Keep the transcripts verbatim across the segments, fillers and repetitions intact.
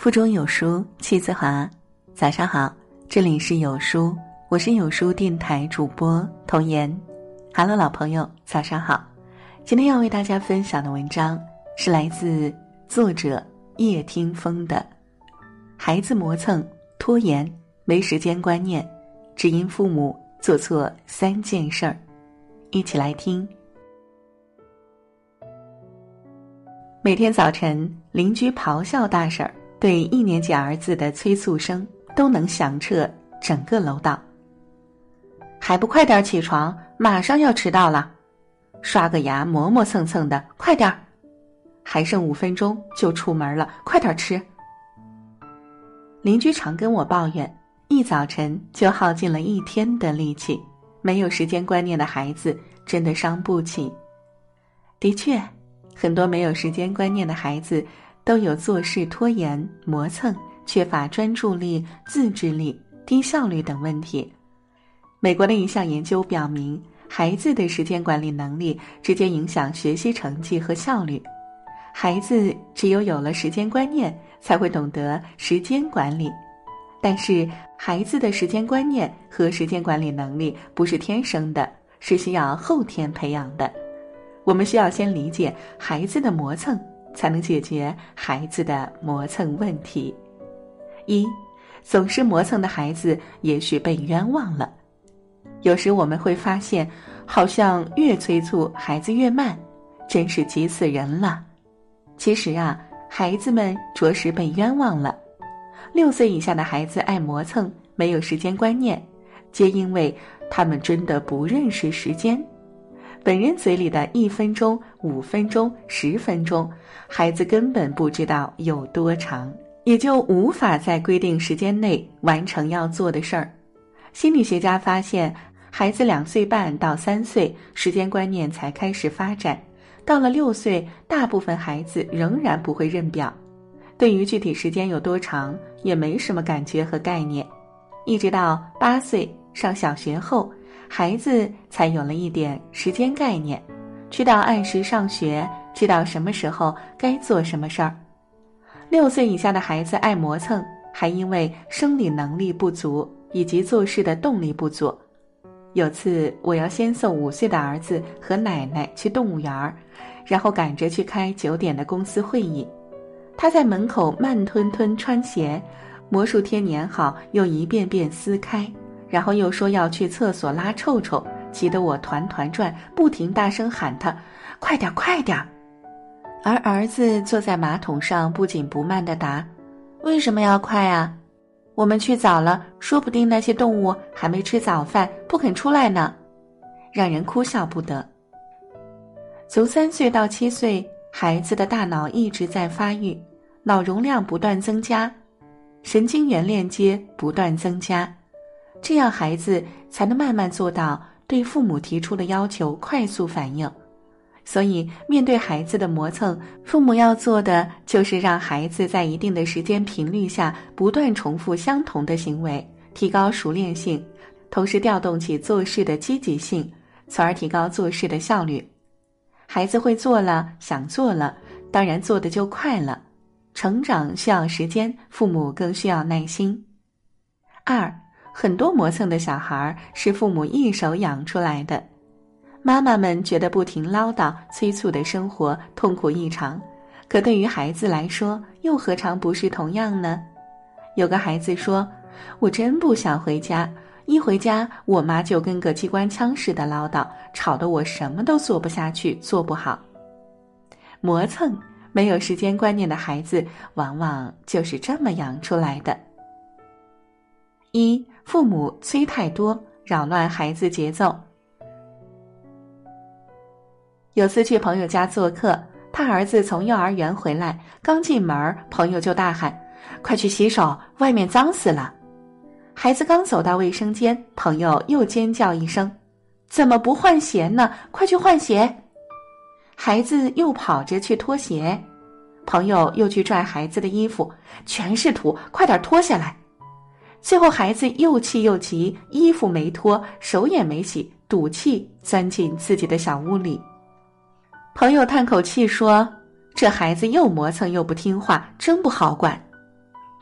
腹中有书气自华。早上好，这里是有书，我是有书电台主播童言。Hello， 老朋友，早上好。今天要为大家分享的文章是来自作者叶听风的孩子磨蹭、拖延、没时间观念，只因父母做错三件事儿。一起来听。每天早晨，邻居咆哮大婶儿对一年级儿子的催促声都能响彻整个楼道。还不快点起床，马上要迟到了。刷个牙磨磨蹭蹭的，快点儿。还剩五分钟就出门了，快点吃。邻居常跟我抱怨，一早晨就耗尽了一天的力气，没有时间观念的孩子真的伤不起。的确，很多没有时间观念的孩子都有做事拖延、磨蹭、缺乏专注力、自制力、低效率等问题。美国的一项研究表明，孩子的时间管理能力直接影响学习成绩和效率。孩子只有有了时间观念，才会懂得时间管理。但是，孩子的时间观念和时间管理能力不是天生的，是需要后天培养的。我们需要先理解孩子的磨蹭，才能解决孩子的磨蹭问题。一，总是磨蹭的孩子也许被冤枉了。有时我们会发现，好像越催促孩子越慢，真是急死人了。其实啊，孩子们着实被冤枉了。六岁以下的孩子爱磨蹭，没有时间观念，皆因为他们真的不认识时间。本人嘴里的一分钟、五分钟、十分钟，孩子根本不知道有多长，也就无法在规定时间内完成要做的事儿。心理学家发现，孩子两岁半到三岁，时间观念才开始发展，到了六岁，大部分孩子仍然不会认表，对于具体时间有多长，也没什么感觉和概念。一直到八岁上小学后，孩子才有了一点时间概念，知道按时上学，知道什么时候该做什么事儿。六岁以下的孩子爱磨蹭，还因为生理能力不足以及做事的动力不足。有次我要先送五岁的儿子和奶奶去动物园，然后赶着去开九点的公司会议。他在门口慢吞吞穿鞋，魔术贴粘好又一遍遍撕开，然后又说要去厕所拉臭臭，急得我团团转，不停大声喊他快点快点。而儿子坐在马桶上不紧不慢地答，为什么要快啊？我们去早了，说不定那些动物还没吃早饭，不肯出来呢，让人哭笑不得。从三岁到七岁，孩子的大脑一直在发育，脑容量不断增加，神经元链接不断增加，这样孩子才能慢慢做到对父母提出的要求快速反应。所以面对孩子的磨蹭，父母要做的就是让孩子在一定的时间频率下不断重复相同的行为，提高熟练性，同时调动起做事的积极性，从而提高做事的效率。孩子会做了，想做了，当然做的就快了。成长需要时间，父母更需要耐心。二，很多磨蹭的小孩是父母一手养出来的。妈妈们觉得不停唠叨、催促的生活痛苦异常，可对于孩子来说，又何尝不是同样呢？有个孩子说，我真不想回家，一回家我妈就跟个机关枪似的唠叨，吵得我什么都做不下去，做不好。磨蹭、没有时间观念的孩子，往往就是这么养出来的。一，父母催太多，扰乱孩子节奏。有次去朋友家做客，他儿子从幼儿园回来，刚进门，朋友就大喊，快去洗手，外面脏死了。孩子刚走到卫生间，朋友又尖叫一声，怎么不换鞋呢？快去换鞋。孩子又跑着去脱鞋，朋友又去拽孩子的衣服，全是土，快点脱下来。最后孩子又气又急，衣服没脱，手也没洗，赌气钻进自己的小屋里。朋友叹口气说，这孩子又磨蹭又不听话，真不好管。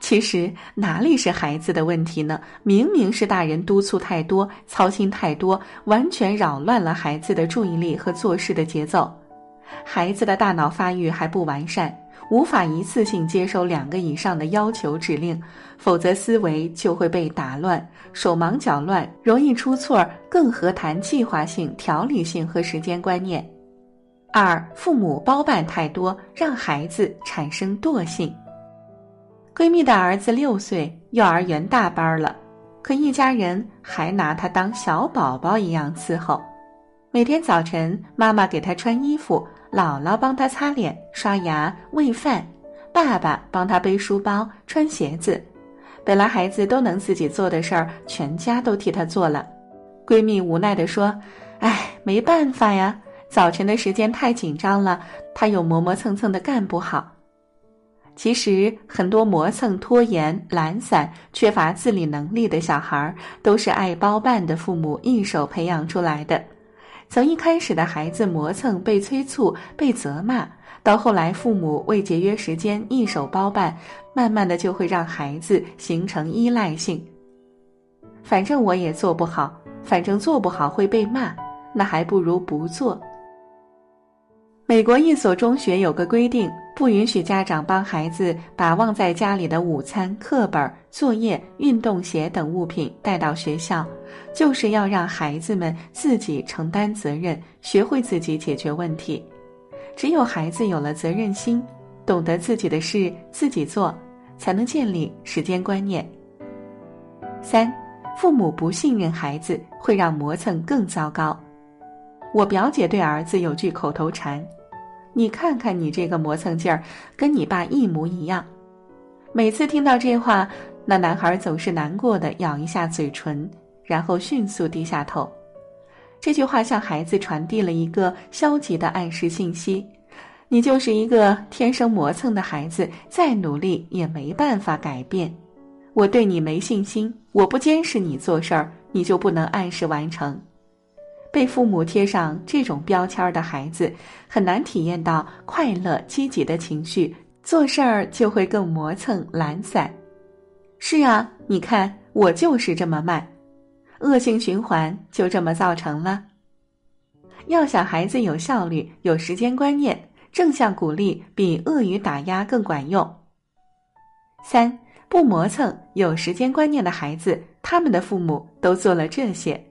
其实哪里是孩子的问题呢？明明是大人督促太多，操心太多，完全扰乱了孩子的注意力和做事的节奏。孩子的大脑发育还不完善，无法一次性接收两个以上的要求指令，否则思维就会被打乱，手忙脚乱，容易出错，更何谈计划性、条理性和时间观念。二，父母包办太多，让孩子产生惰性。闺蜜的儿子六岁，幼儿园大班了，可一家人还拿他当小宝宝一样伺候。每天早晨，妈妈给他穿衣服，姥姥帮他擦脸、刷牙、喂饭，爸爸帮他背书包、穿鞋子。本来孩子都能自己做的事儿，全家都替他做了。闺蜜无奈地说：哎，没办法呀，早晨的时间太紧张了，他又磨磨蹭蹭的干不好。其实很多磨蹭、拖延、懒散、缺乏自理能力的小孩，都是爱包办的父母一手培养出来的。从一开始的孩子磨蹭、被催促、被责骂，到后来父母为节约时间一手包办，慢慢的就会让孩子形成依赖性。反正我也做不好，反正做不好会被骂，那还不如不做。美国一所中学有个规定，不允许家长帮孩子把忘在家里的午餐、课本、作业、运动鞋等物品带到学校，就是要让孩子们自己承担责任，学会自己解决问题。只有孩子有了责任心，懂得自己的事自己做，才能建立时间观念。三，父母不信任孩子，会让磨蹭更糟糕。我表姐对儿子有句口头禅：你看看你这个磨蹭劲儿，跟你爸一模一样。每次听到这话，那男孩总是难过的咬一下嘴唇，然后迅速低下头。这句话向孩子传递了一个消极的暗示信息：你就是一个天生磨蹭的孩子，再努力也没办法改变。我对你没信心，我不监视你做事儿，你就不能按时完成。被父母贴上这种标签的孩子，很难体验到快乐积极的情绪，做事儿就会更磨蹭懒散。是啊，你看我就是这么慢，恶性循环就这么造成了。要想孩子有效率、有时间观念，正向鼓励比恶语打压更管用。三，不磨蹭、有时间观念的孩子，他们的父母都做了这些。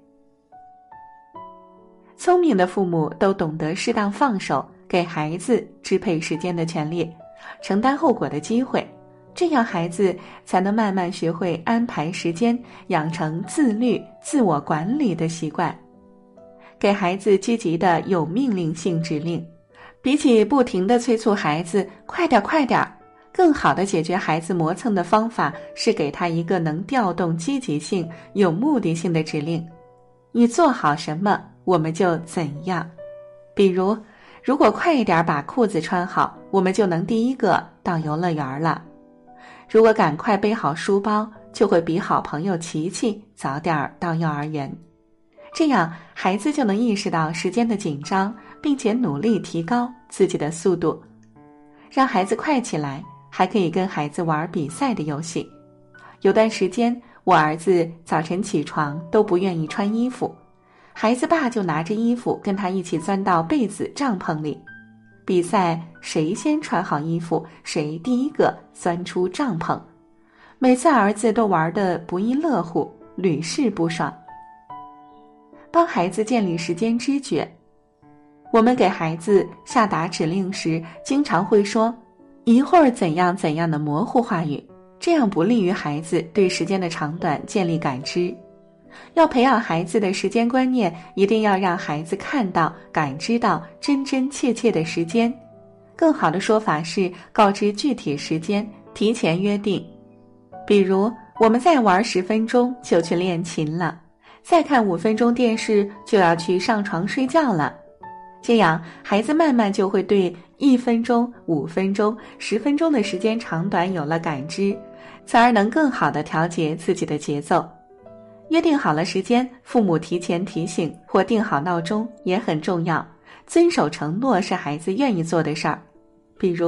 聪明的父母都懂得适当放手，给孩子支配时间的权利，承担后果的机会，这样孩子才能慢慢学会安排时间，养成自律、自我管理的习惯。给孩子积极的有命令性指令，比起不停地催促孩子快点快点，更好的解决孩子磨蹭的方法是给他一个能调动积极性、有目的性的指令。你做好什么，我们就怎样。比如，如果快一点把裤子穿好，我们就能第一个到游乐园了。如果赶快背好书包，就会比好朋友琪琪早点到幼儿园。这样，孩子就能意识到时间的紧张，并且努力提高自己的速度。让孩子快起来，还可以跟孩子玩比赛的游戏。有段时间，我儿子早晨起床都不愿意穿衣服，孩子爸就拿着衣服跟他一起钻到被子帐篷里，比赛谁先穿好衣服，谁第一个钻出帐篷。每次儿子都玩得不亦乐乎，屡试不爽。帮孩子建立时间知觉。我们给孩子下达指令时，经常会说一会儿怎样怎样的模糊话语，这样不利于孩子对时间的长短建立感知。要培养孩子的时间观念，一定要让孩子看到、感知到真真切切的时间。更好的说法是告知具体时间，提前约定。比如，我们再玩十分钟就去练琴了，再看五分钟电视就要去上床睡觉了。这样，孩子慢慢就会对一分钟、五分钟、十分钟的时间长短有了感知，从而能更好地调节自己的节奏。约定好了时间，父母提前提醒或定好闹钟也很重要。遵守承诺是孩子愿意做的事儿。比如，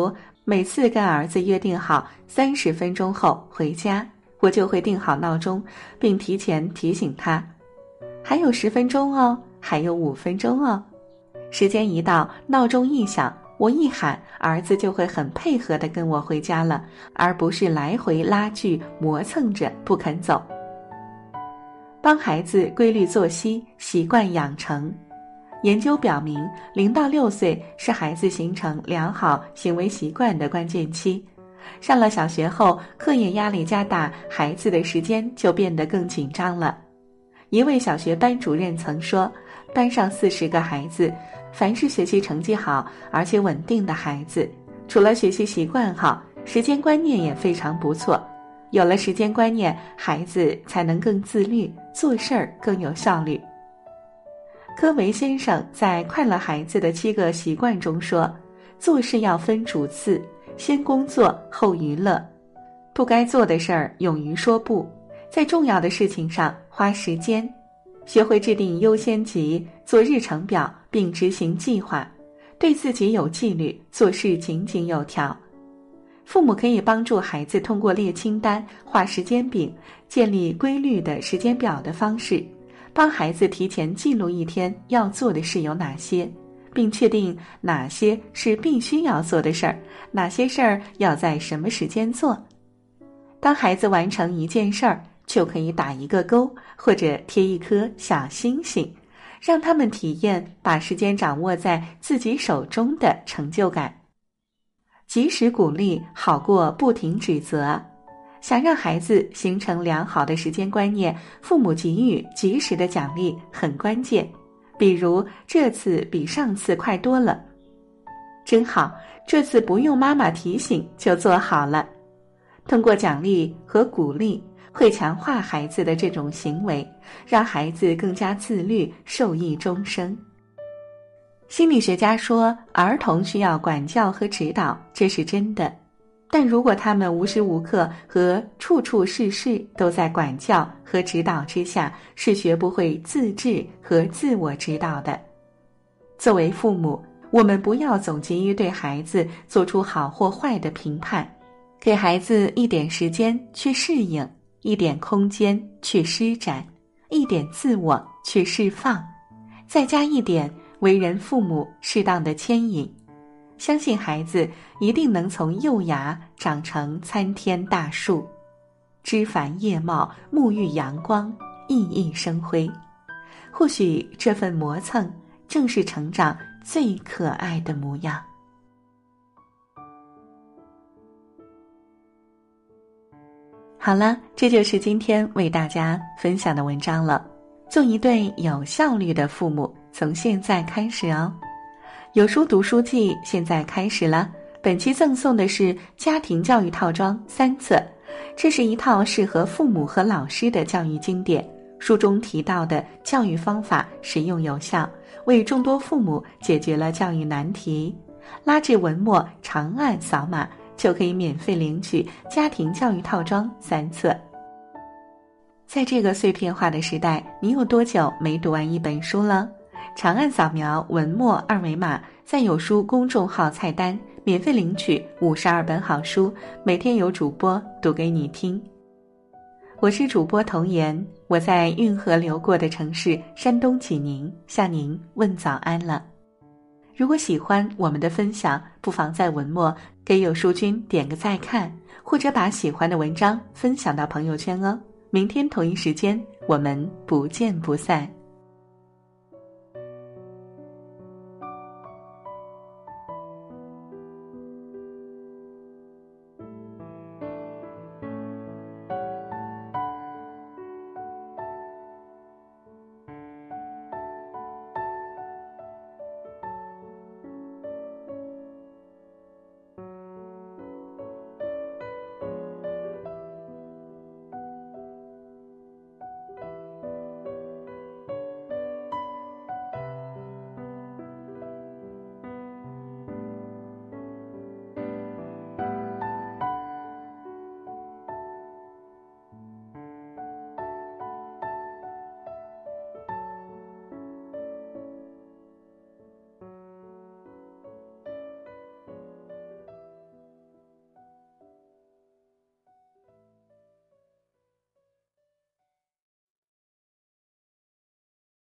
每次跟儿子约定好三十分钟后回家，我就会定好闹钟，并提前提醒他，还有十分钟哦，还有五分钟哦。时间一到，闹钟一响，我一喊，儿子就会很配合地跟我回家了，而不是来回拉锯磨蹭着不肯走。帮孩子规律作息，习惯养成。研究表明，零到六岁是孩子形成良好行为习惯的关键期。上了小学后，课业压力加大，孩子的时间就变得更紧张了。一位小学班主任曾说，班上四十个孩子，凡是学习成绩好而且稳定的孩子，除了学习习惯好，时间观念也非常不错。有了时间观念，孩子才能更自律，做事儿更有效率。科维先生在《快乐孩子的七个习惯》中说，做事要分主次，先工作后娱乐，不该做的事儿勇于说不，在重要的事情上花时间，学会制定优先级，做日程表并执行计划，对自己有纪律，做事井井有条。父母可以帮助孩子通过列清单、画时间饼、建立规律的时间表的方式，帮孩子提前记录一天要做的事有哪些，并确定哪些是必须要做的事儿，哪些事儿要在什么时间做。当孩子完成一件事儿，就可以打一个勾，或者贴一颗小星星，让他们体验把时间掌握在自己手中的成就感。及时鼓励好过不停指责。想让孩子形成良好的时间观念，父母给予及时的奖励很关键。比如，这次比上次快多了，真好，这次不用妈妈提醒就做好了。通过奖励和鼓励，会强化孩子的这种行为，让孩子更加自律，受益终生。心理学家说，儿童需要管教和指导，这是真的。但如果他们无时无刻和处处事事都在管教和指导之下，是学不会自制和自我指导的。作为父母，我们不要总急于对孩子做出好或坏的评判，给孩子一点时间去适应，一点空间去施展，一点自我去释放，再加一点为人父母适当的牵引，相信孩子一定能从幼芽长成参天大树，枝繁叶茂，沐浴阳光，熠熠生辉。或许这份磨蹭正是成长最可爱的模样。好了，这就是今天为大家分享的文章了。做一对有效率的父母，从现在开始哦。有书读书季现在开始了，本期赠送的是家庭教育套装三册，这是一套适合父母和老师的教育经典。书中提到的教育方法实用有效，为众多父母解决了教育难题。拉至文末长按扫码，就可以免费领取家庭教育套装三册。在这个碎片化的时代，你有多久没读完一本书了？长按扫描文末二维码，在有书公众号菜单免费领取五十二本好书，每天有主播读给你听。我是主播童言，我在运河流过的城市山东济宁向您问早安了。如果喜欢我们的分享，不妨在文末给有书君点个再看，或者把喜欢的文章分享到朋友圈哦。明天同一时间，我们不见不散。